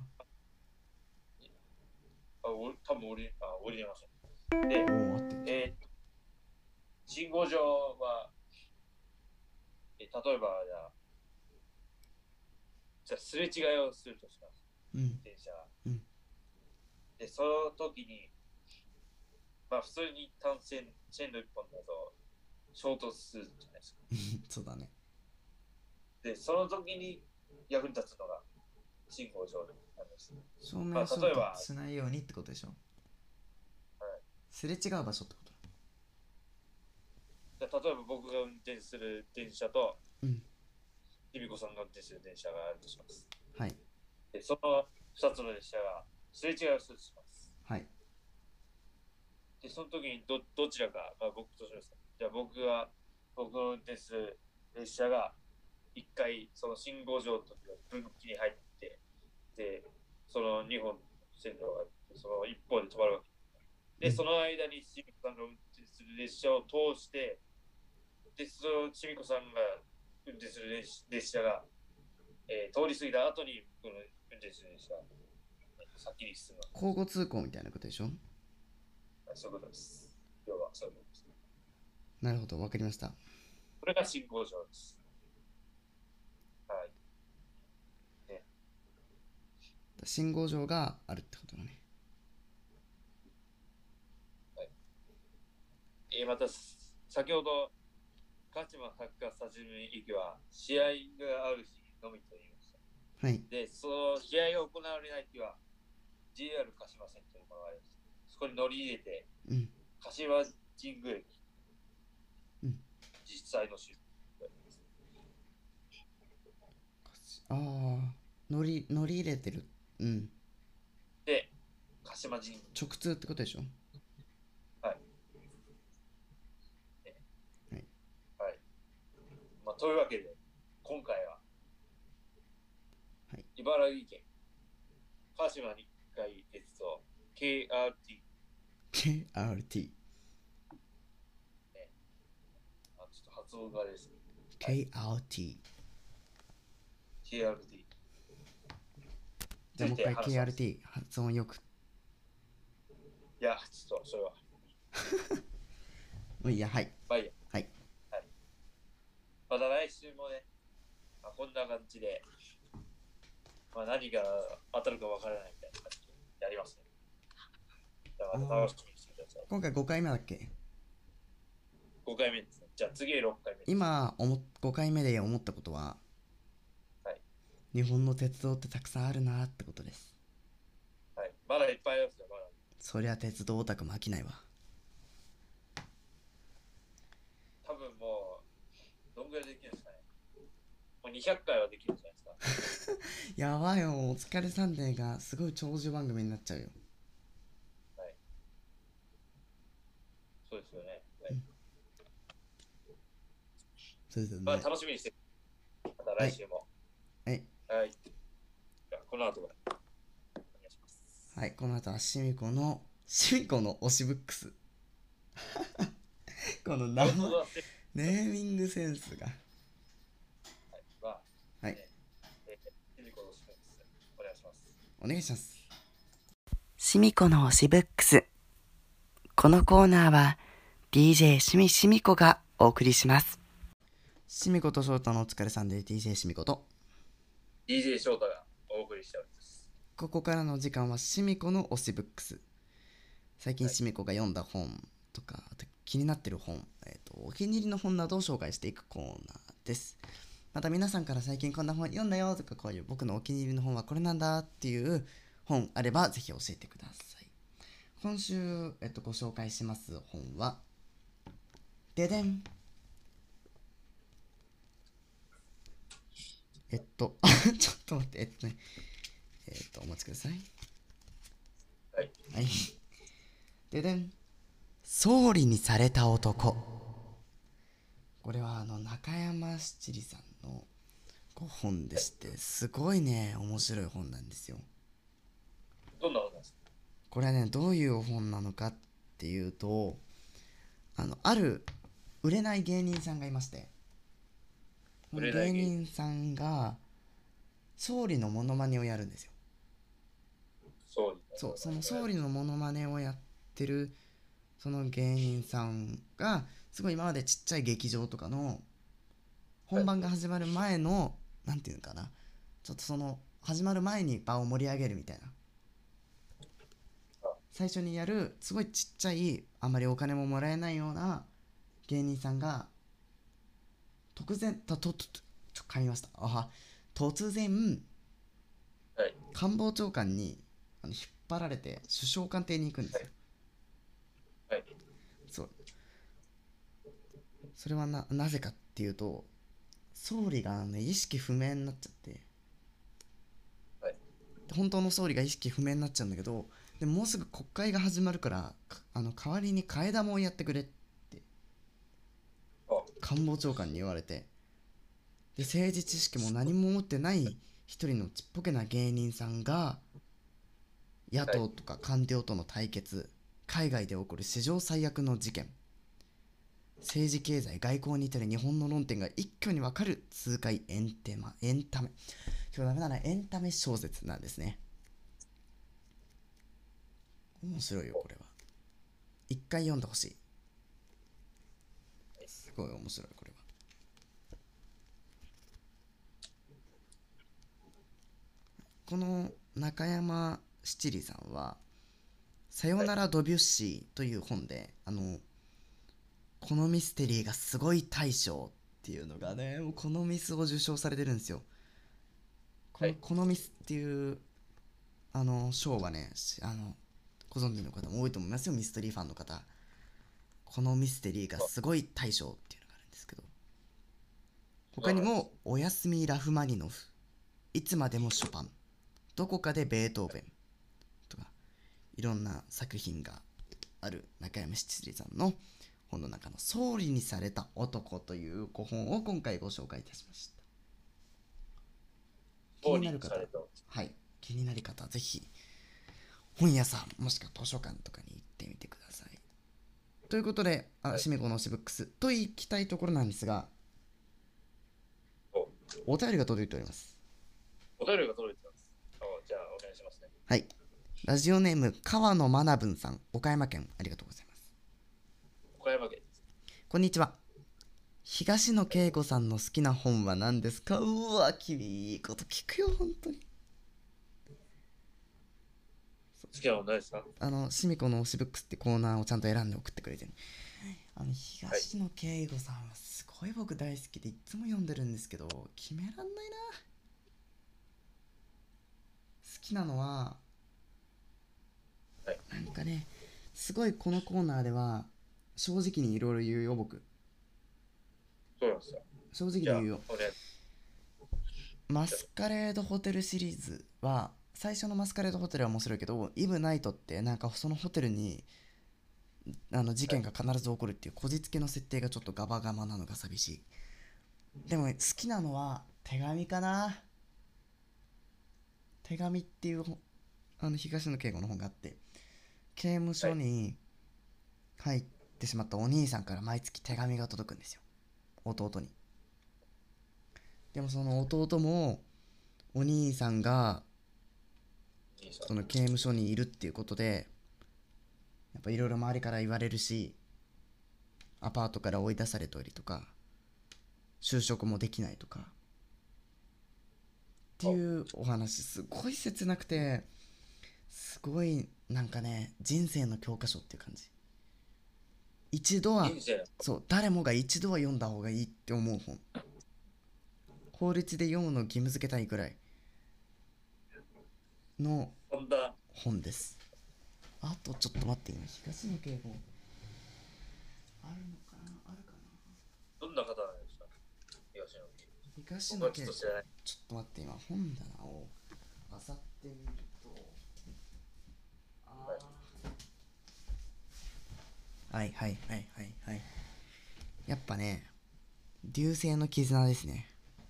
あ、お多分降り、あ、降りれません。で、 おお、合ってる。 えー信号場は、えー例えば、じゃあ、じゃあすれ違いをするとします。 うん電車が。 うんで、その時に、まあ、普通に単線、線路一本だと衝突するじゃないですか。 そうだね。 で、その時に役に立つのが信号場なんです。 正面まあ、 衝例えば、 突しないようにってことでしょ。 はい、 すれ違う場所ってこと？ で例えば僕が運転する電車と、 うん。 ひびこさんが運転する電車があるとします。 はい。 で、そのふたつの列車がすれ違いをするとします。 はい。 で、その時にどどちらか、まあ、僕とします。じゃあ僕が、僕の運転する列車が一回その信号場と分岐に入って、で、そのにほん線路があって、その一方で止まるわけ。で、その間にしみこさんが運転する列車を通して、で、そのしみこさんが運転する列列車が、えー通り過ぎた後に僕の運転する列車が先に進む。 交互通行みたいなことでしょ。 そういうことです。要はそういうことです。 なるほど、わかりました。 これが信号場です。はい。ね、 信号場があるってことだね。 はい。えー、また、先ほど、鹿島サッカースタジアム駅は試合がある日のみと言いました。 はい。 で、その試合が行われない日は ジェイアール 鹿島線というものがあります。そこに乗り入れて、 うん。 鹿島神宮駅、 うん。 実際の出ああ、乗り乗り入れてる。うん。 で、鹿島神宮。 直通ってことでしょ。 はい。ね、 はい。 はい。まあ、というわけで、今回は、 はい、 茨城県鹿島日海鉄道 ケーアールティー。 ケーアールティー。 ね、あちょっと発音があれですね。 ケーアールティー。 ケーアールティー。 じゃあもう一回 ケーアールティー 発音よく。 いや、ちょっとそれは。 もういいや、はい。 まあいいや。 はい。 はい、また来週もね、まあ、こんな感じで、まあ、何が当たるかわからないみたいな感じでやりますね。だから楽しみにしてください。 今回ごかいめだっけ？ ごかいめですね。じゃあ次ろっかいめ。 今ごかいめで思ったことは、 はい、 日本の鉄道ってたくさんあるなってことです。 はい、まだいっぱいありますよ、まだ。 そりゃ鉄道オタクも飽きないわ。 多分もう、どんぐらいできるんですかね。もうにひゃっかいはできるんじゃないですか。 やばいよ、お疲れサンデーがすごい長寿番組になっちゃうよ。 はい。そうですよね。はい。 うん、そうですよね。 まあ楽しみにして、また来週も。 はい。 はい。じゃあこの後はお願いします。 はい、この後はシミコの、シミコの推しブックス。この名前、ネーミングセンスが。 はい。まあ、 はい。 ね、えー、シミコの推しブックス、お願いします。 お願いします。シミコの推しブックス。このコーナーは ディージェー シミシミコがお送りします。シミコとショートのお疲れさんで ディージェー シミコとディージェー ショートがお送りしております。 ここからの時間はシミコの推しブックス。最近シミコが読んだ本とか、あと気になってる本、えーと、お気に入りの本などを紹介していくコーナーです。また皆さんから最近こんな本読んだよとか、こういう僕のお気に入りの本はこれなんだっていう本あればぜひ教えてください。今週、えっと、ご紹介します本はででんえっとちょっと待ってえっとねえっとお待ちください。 はいはいででん総理にされた男。 これはあの中山七里さんのご本でして、すごいね面白い本なんですよ。 どんな本なんですか？ これはねどういう本なのかっていうと、あのある売れない芸人さんがいまして、そ売の芸れない芸人。 人さんが総理のモノマネをやるんですよ。 そうですそう、その総ね。 理のモノマネをやってるその芸人さんがすごい今までちっちゃい劇場とかのはい。 本番が始まる前の、なんていうのかな、ちょっとその始まる前に場を盛り上げるみたいな、 あ、 最初にやるすごいちっちゃい、あんまりお金ももらえないような芸人さんが突然とととちょ噛みましたあは突然はい。 官房長官にあの引っ張られて首相官邸に行くんですよ。 はい。はい。 そう、それはななぜかっていうと、総理が、ね、意識不明になっちゃって、 はい。 本当の総理が意識不明になっちゃうんだけど、でももうすぐ国会が始まるからあの代わりに替え玉をやってくれってあ、 官房長官に言われて、で政治知識も何も持ってない一人のちっぽけな芸人さんが野はい。 党とか官僚との対決、海外で起こる史上最悪の事件、政治経済外交に至る日本の論点が一挙に分かる痛快エンテマエンタメ、今日ダメだな、エンタメ小説なんですね。面白いよこれは。一回読んでほしい。すごい面白いこれは。この中山七里さんは「さよはい。 ならドビュッシー」という本で、あのこのミステリーがすごい大賞っていうのがね、もうこのミスを受賞されてるんですよ。こはい。 のこのミスっていうあの賞はね、あのご存知の方も多いと思いますよ、ミステリーファンの方。このミステリーがあ、 すごい大賞っていうのがあるんですけど、他にそうなんです。 も「おやすみラフマニノフ」「いつまでもショパン」「どこかでベートーベン」とか、いろんな作品がある中山七里さんの本の中の「総理にされた男」というご本を今回ご紹介いたしました。気総理になる方、 にされた。 はい、気になる方はぜひ本屋さんもしくは図書館とかに行ってみてください。ということで、あはい。 しめこの推しブックスといきたいところなんですが、 お、 お便りが届いております。 お便りが届いてます。お、じゃあ、お願いしますね。 はい、ラジオネーム川野まなぶんさん、岡山県、ありがとうございます。 岡山県です。 こんにちは。東野はい。 圭吾さんの好きな本は何ですか？うわ、君いいこと聞くよ本当に。 好きなものないですか？ あのしみこの推しブックスってコーナーをちゃんと選んで送ってくれてる。あのはい。 東野圭吾さんはすごい僕大好きでいつも読んでるんですけど、決めらんないな。好きなのははい。 なんかね、すごいこのコーナーでは正直にいろいろ言うよ僕。 そうなんですよ。 正直にじゃあ、 言うよ。 お願いマします。 スカレードホテルシリーズは、最初のマスカレードホテルは面白いけど、イブナイトってなんかそのホテルにあの事はい。 件が必ず起こるっていうこじつけの設定がちょっとガバガバなのが寂しい。でも好きなのは手紙かな。手紙っていうあの東野圭吾の本があって、刑務はい。 所に入ってしまったお兄さんから毎月手紙が届くんですよ、弟に。でもその弟もお兄さんがいいさん。 その刑務所にいるっていうことで、やっぱいろいろ周りから言われるし、アパートから追い出されたりとか、就職もできないとかってあ、 いうお話、すごい切なくて、すごいなんかね、人生の教科書っていう感じ。一度は、 人生の、 そう、誰もが一度は読んだ方がいいって思う本。法律で読むのを義務付けたいくらいのそんな、 本です。あとちょっと待って、今東野敬吾あるのかな、あるかどんな方なんですか？東野圭吾。 な。東僕は野敬吾、 ちょっと知らない。 ちょっと待って、今本棚を漁ってみると、 はい。 あーはいはいはいはいはい、やっぱね、 流星の絆ですね。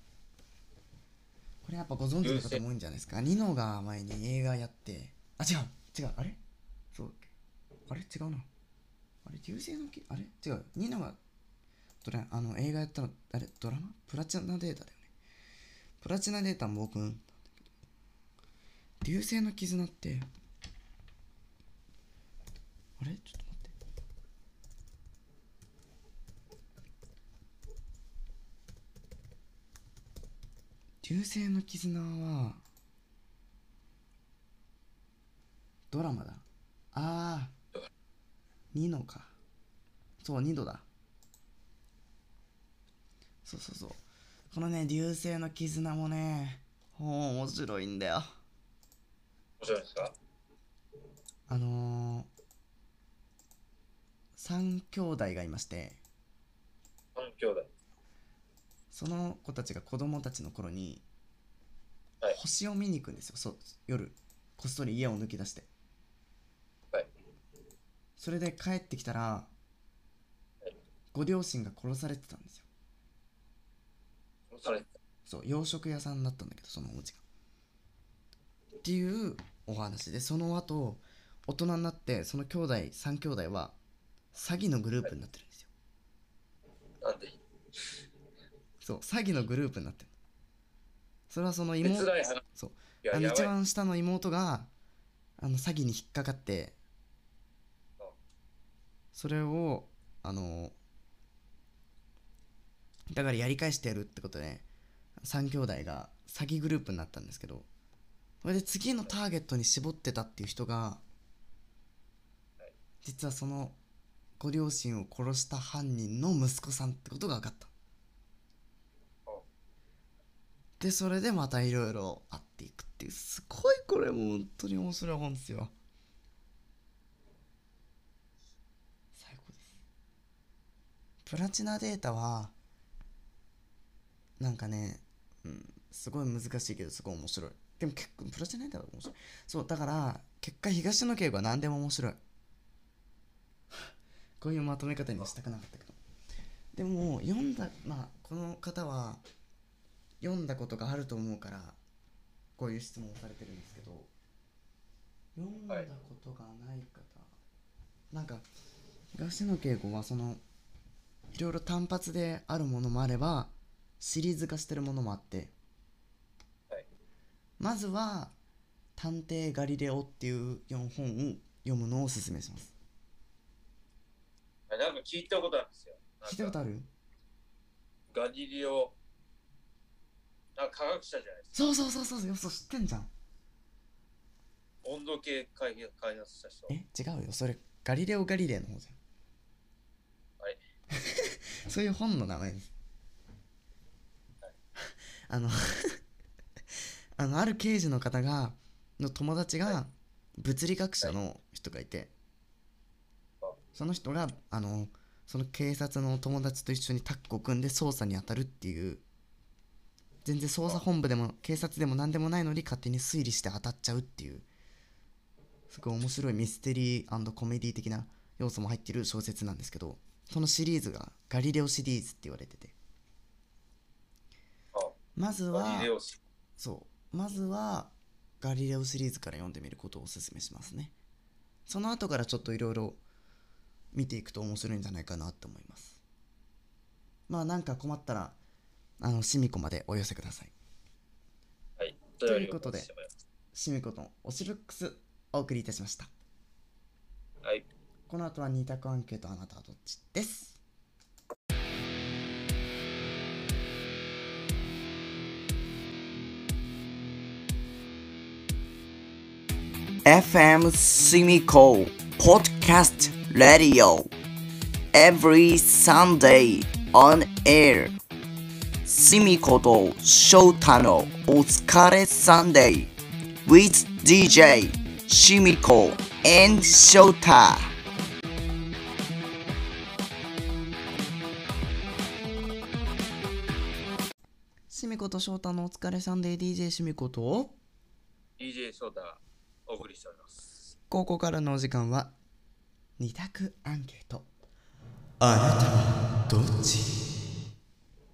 これやっぱご存知の方も多いんじゃないですか。ニノが前に映画やって、あ、違う違う、あれそうだっけ、あれ違うな、あれ流星のきあれ違う、ニノがドラあの映画やったの、あれドラマプラチナデータだよね。プラチナデータも僕ん流星の絆って、あれちょっと待って、流星の絆はドラマだ。あーニノか、そうニノだ。そうそうそう、このね流星の絆もね面白いんだよ。 面白いですか？ あのー、三兄弟がいまして、 三兄弟。 その子たちが子供たちの頃にはい。 星を見に行くんですよ。そう夜こっそり家を抜き出して、 はい。 それで帰ってきたらはい。 ご両親が殺されてたんですよ。 殺されてた。 そう洋食屋さんだったんだけど、そのお家がっていうお話で、その後大人になってその兄弟三兄弟は詐欺のグループになってるんですよ。 なんでそう詐欺のグループになってる。それはその妹、 辛い話。 そう、 いや、 あの一やばい。 番下の妹があの詐欺に引っかかって、 うん。 それをあのだからやり返してやるってことでさん兄弟が詐欺グループになったんですけど、それで次のターゲットに絞ってたっていう人が実はそのご両親を殺した犯人の息子さんってことが分かった。でそれでまたいろいろあっていくっていう、すごいこれもう本当に面白い本ですよ。最高です。プラチナデータはなんかね、うん、すごい難しいけどすごい面白い。でも結構プラチナデータは面白い。そうだから結果東野圭吾は何でも面白い。こういうまとめ方にしたくなかったけど、でも読んだ、まあこの方は読んだことがあると思うからこういう質問をされてるんですけど、読んだことがない方、なんか東野圭吾はそのいろいろ単発であるものもあればシリーズ化してるものもあって、 はい。 まずは探偵ガリレオっていうよんほんを読むのをおすすめします。 なんか聞いたことあるんですよ。 聞いたことある？ ガリレオ、なんか科学者じゃないですか。 そうそうそうそうそう、そう知ってんじゃん。 温度計開発開発した人。 え違うよ、それガリレオ・ガリレイの方じはい。 ゃんそういう本の名前です。あのあのある刑事の方がの友達が物理学者の人がいて、その人があのその警察の友達と一緒にタッグを組んで捜査に当たるっていう、全然捜査本部でも警察でも何でもないのに勝手に推理して当たっちゃうっていう、すごい面白いミステリー&コメディ的な要素も入っている小説なんですけど、そのシリーズがガリレオシリーズって言われてて、まずはガリレオシそうまずはガリレオシリーズから読んでみることをおすすめしますね。その後からちょっといろいろ見ていくと面白いんじゃないかなと思います。まあなんか困ったらあのシミコまでお寄せください。 はい。 ということでシミコと推しブックスお送りいたしました。 はい。 この後はに択アンケート、あなたはどっちです。エフエム Simiko Podcast Radio Every Sunday on air シミコとショウタのお疲れサンデー with ディージェー シミコ and ショウタ。シミコとショウタのお疲れサンデー ディージェー シミコとディージェー ショータがお送りしております。 ここからのお時間はに択アンケート、あなたはどっち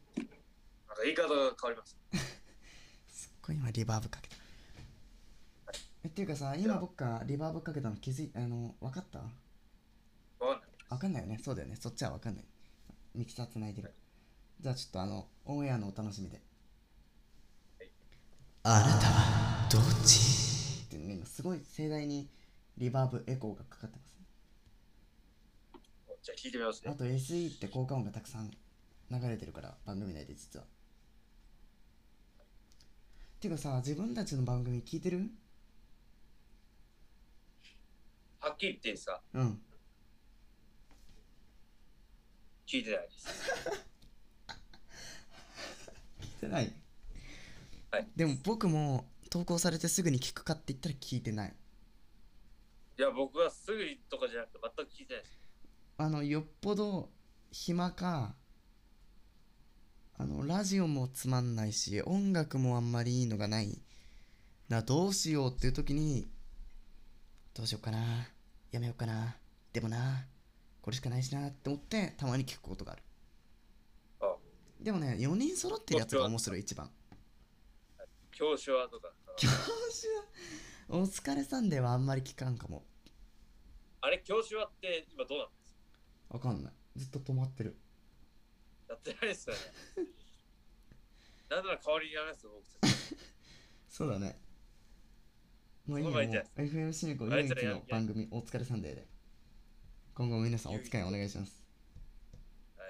言い方が変わります。 すっごい今リバーブかけた。えっていうかさ、今僕がリバーブかけたの気づいあの分かった？ わかんない。 分かんないよね。そうだよね。そっちは分かんない。ミキサーつないでる。じゃあちょっとあのオンエアのお楽しみで。 はい、 あなたはどっちってね、今すごい盛大にリバーブエコーがかかってますね。 じゃあ聞いてみますね。 あと エスイー って効果音がたくさん流れてるから、番組内で実は。ていうかさ、自分たちの番組聞いてる？ はっきり言っていいですか？ うん。 聞いてないです。 聞いてない。 はい。 でも僕も投稿されてすぐに聞くかって言ったら聞いてない。 いや、僕はすぐにとかじゃなくて全く聞いてないです。 あのよっぽど暇か、あのラジオもつまんないし音楽もあんまりいいのがないな、どうしようっていう時に、どうしようかな、やめようかな、でもなこれしかないしなって思ってたまに聞くことがある。 あ、 でもね、よにん揃ってるやつが面白い一番。 教師はとか。 教師はお疲れサンデーはあんまり聞かんかも。 あれ、教師はって今どうなんですか？ わかんない、ずっと止まってる。 やってないですよね。なんなら代わりにやらないですよ、僕たち。 そうだね。もういいよ、 そのもう前にじゃないですか。 エフエム シミコあいつら唯一のやや番組お疲れサンデーで今後も皆さんお付き合いお願いします。 はい。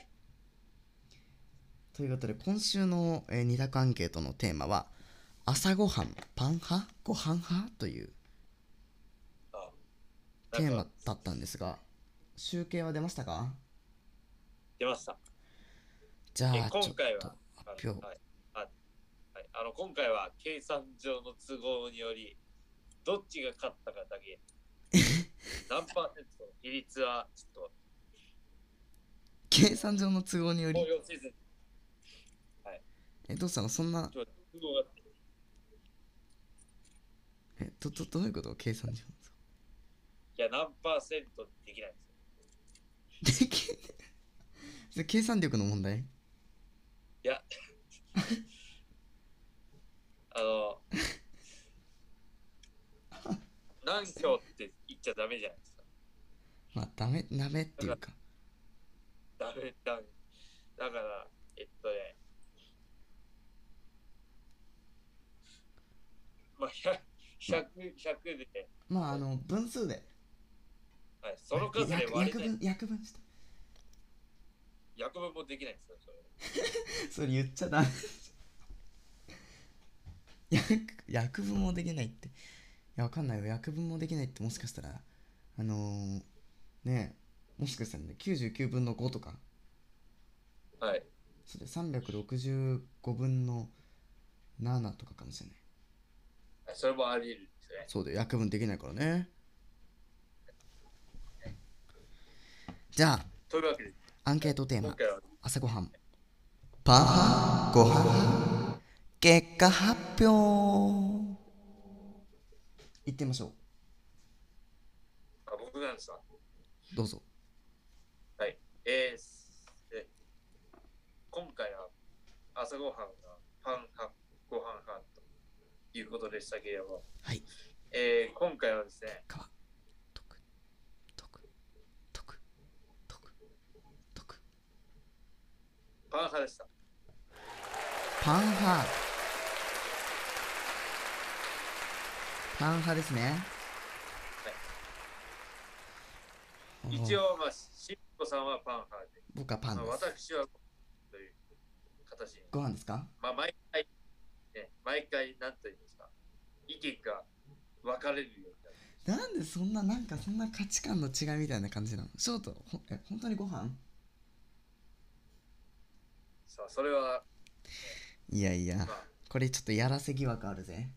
ということで今週の、えー、二択アンケートのテーマは朝ごはんパン派ご飯派というあ、 テーマだったんですが、集計は出ましたか？ 出ました。 じゃあえ今ちょっと回は発表。 はいあはい、あの今回は計算上の都合によりどっちが勝ったかだけ何パーセントの比率はちょっと計算上の都合により公表せずに、はい、 えどうしたのそんな、 ちょっと都合がえどどどういうこと？計算上のいや何パーセントできないんできんそれ計算力の問題？ いやあの何票って言っちゃダメじゃないですか。 まあダメダメっていうか、 ダメダメだからえっとねまあひゃく、ひゃく、ひゃくで、 まああの分数で、 はい、その数で割れない。 約分約分して約分もできないんですよ、それ。 それ言っちゃダメ約約分もできないって、いやわかんないよ。約分もできないってもしかしたらあのー、ねえ、もしかしたらねきゅうじゅうきゅうぶんのごとか、 はい。 それさんびゃくろくじゅうごぶんのななとかかもしれない。 それもあり得るんですね。 そうだよ、約分できないからね。じゃあというわけで、 アンケートテーマ、 今回は、 朝ごはんパン派ご飯派、結果発表いってみましょあ、僕なんですか。 う。どうぞ。 はい。えー、で今回は朝ごはんがパン派、ご飯派ということでしたけれども、 はい。 えー、今回はですね、 かわとくとくとくとくとくパン派でした。 パン派パン派ですね。 はい、一応、まあ、しっこさんはパン派で、 僕はパンです。 まあ、私はという形に。 ご飯ですか？ まあ、毎回、ね、毎回、なんというんですか、意見が分かれるようになる。 なんでそんな、なんかそんな価値観の違いみたいな感じなの？ショート、ほえ本当にご飯？ さあ、それは、 いやいや、 まあ、 これちょっとやらせ疑惑あるぜ。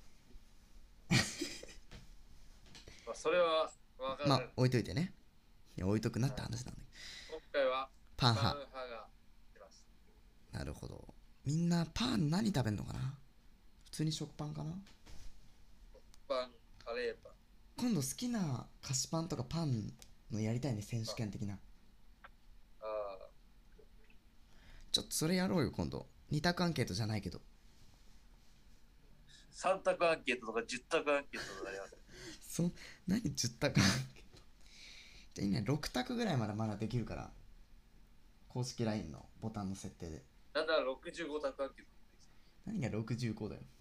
まあ、それは分からない。 まあ置いといてね。いや置いとくなって話なんだけど、 今回はパンパン派。 派が出ます。 なるほど。みんなパン何食べんのかな？普通に食パンかな？ パン、カレーパン。 今度好きな菓子パンとかパンのやりたいね、選手権的な。 あちょっとそれやろうよ、今度。二択アンケートじゃないけど。 さん択アンケートとかじゅう択アンケートとかあります。 そ何じゅう択アンケート。じゃあいいね、ろく択ぐらいまでまだできるから。公式 ライン のボタンの設定で。 なんだろくじゅうご択アンケート。 何がろくじゅうごだよ。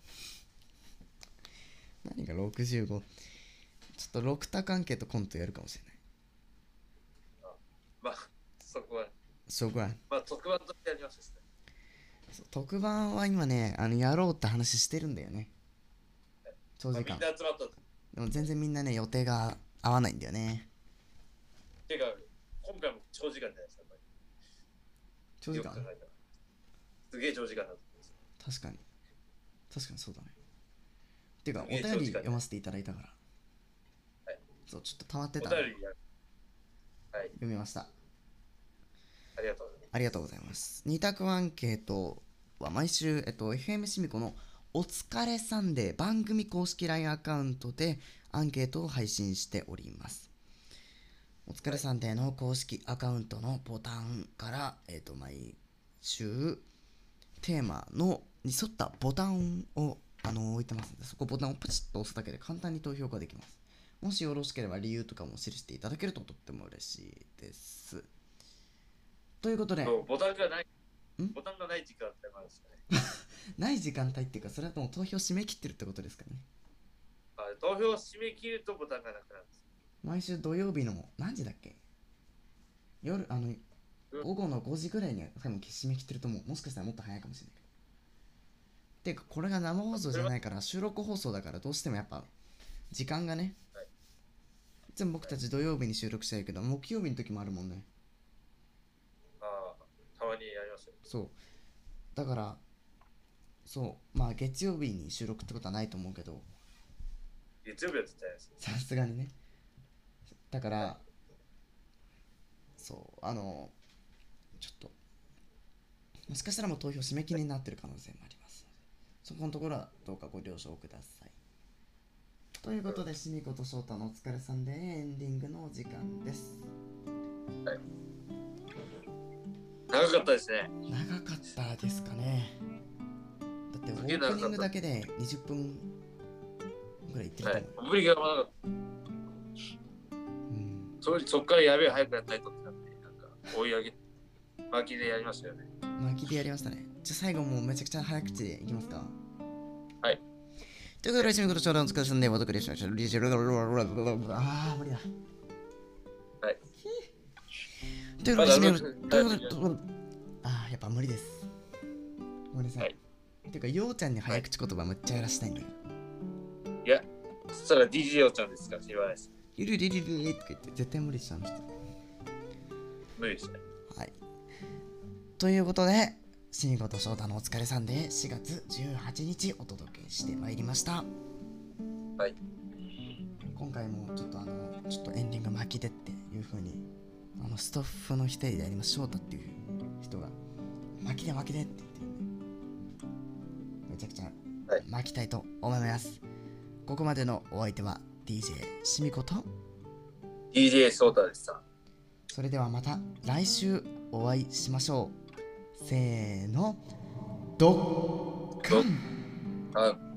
何がろくじゅうご。ちょっとろく択アンケートコントやるかもしれない。 あまあ、そこは。 しょうがない。 まあ、特番としてやりますね。 特番は今ね、あのやろうって話してるんだよね。長時間。 まあ、みんな集まったんです。 でも全然みんなね、予定が合わないんだよね。 てか、今回も長時間じゃないですか。 長時間すげえ長時間だと思うんですよ。 確かに。確かにそうだね。てか、おすげえ便り長時間読ませていただいたから。 はい。 そう、ちょっと溜まっておた便りやる。はい。 読みました。 ありがとうございます。 ありがとうございます。二択アンケートは毎週、えっと、エフエム シミコのお疲れサンデー番組公式 ライン アカウントでアンケートを配信しております。お疲れサンデーの公式アカウントのボタンから、えっと、毎週テーマのに沿ったボタンをあの置いてますので、そこボタンをポチッと押すだけで簡単に投票ができます。もしよろしければ理由とかも記していただけるととっても嬉しいです。ということで、 そうボタンがない。 んボタンがない時間ってあるんですかね。 ない時間帯っていうか、それはもう投票締め切ってるってことですかね。 あ投票締め切るとボタンがなくなるんです。 毎週土曜日の何時だっけ、夜、あの、午後のごじぐらいには多分締め切ってると思う。もしかしたらもっと早いかもしれないけど。ていうか、これが生放送じゃないから、収録放送だから、どうしてもやっぱ、時間がね、 はい、 いつも僕たち土曜日に収録してるけど、木曜日の時もあるもんね。 ああ、たまにやりますよ。 そう。だから、そう、まあ月曜日に収録ってことはないと思うけど、 月曜日は絶対ないです。 さすがにね。だから、そう、あの、ちょっと、もしかしたらもう投票締め切りになってる可能性もありますので、そこのところはどうかご了承ください。ということで、しみこと翔太のお疲れさんでエンディングのお時間です。 はい。長かったですね。 長かったですかね。だってオープニングだけでにじゅっぷんぐらいいってると思う。はい、 オープニングが長かった。うん。そ, そっからやべえ早くやんないとってなって、なんか追い上げ、巻きでやりましたよね。 巻きでやりましたね。じゃあ最後もうめちゃくちゃ早口でいきますか。 はい。 ということで、しみこと翔太のお疲れさんでお届けしました。あー、無理だ。 はい。 ということで、しみこと、あー、やっぱ無理です。ごめんなさい。はい、ていうか、ようちゃんに早口言葉むっちゃやらしたいんだよ。 いや、そしたら ディージェー ようちゃんですかって言わないです。 ゆるりりりりとか言って、絶対無理したの人。 無理ですね。 はい。ということで、しみこと翔太のお疲れさんでしがつじゅうはちにちお届けしてまいりました。 はい。 今回もちょっとあの、ちょっとエンディング巻きでっていう風に、あの、スタッフの一人であります翔太っていう人が、巻きで巻きでって言ってるんで、めちゃくちゃ巻きたいと思います。はい、ここまでのお相手は ディージェー しみことディージェー 翔太でした。 それではまた来週お会いしましょう。せーの、ドッカン。